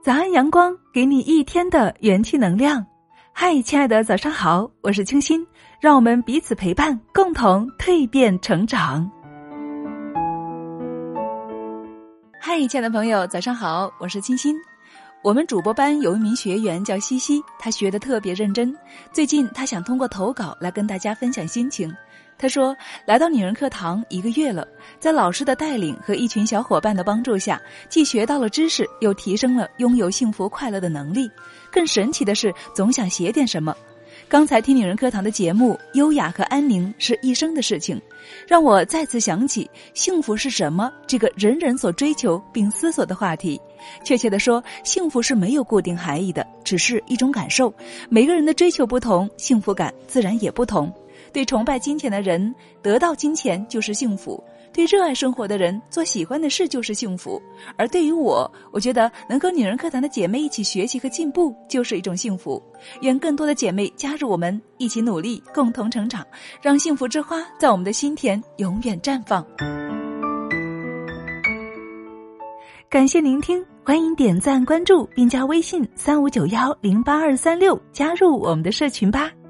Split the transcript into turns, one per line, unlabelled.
早安阳光，给你一天的元气能量。嗨，亲爱的，早上好，我是清新，让我们彼此陪伴，共同蜕变成长。嗨，亲爱的朋友，早上好，我是清新。我们主播班有一名学员叫西西，她学得特别认真。最近她想通过投稿来跟大家分享心情。她说，来到女人课堂1个月了，在老师的带领和一群小伙伴的帮助下，既学到了知识，又提升了拥有幸福快乐的能力。更神奇的是，总想写点什么。刚才听女人课堂的节目，优雅和安宁是一生的事情，让我再次想起幸福是什么这个人人所追求并思索的话题。确切地说，幸福是没有固定含义的，只是一种感受。每个人的追求不同，幸福感自然也不同。对崇拜金钱的人，得到金钱就是幸福；对热爱生活的人，做喜欢的事就是幸福。而对于我觉得能和女人课堂的姐妹一起学习和进步就是一种幸福。愿更多的姐妹加入我们，一起努力，共同成长，让幸福之花在我们的心田永远绽放。感谢聆听，欢迎点赞关注并加微信3591082236加入我们的社群吧。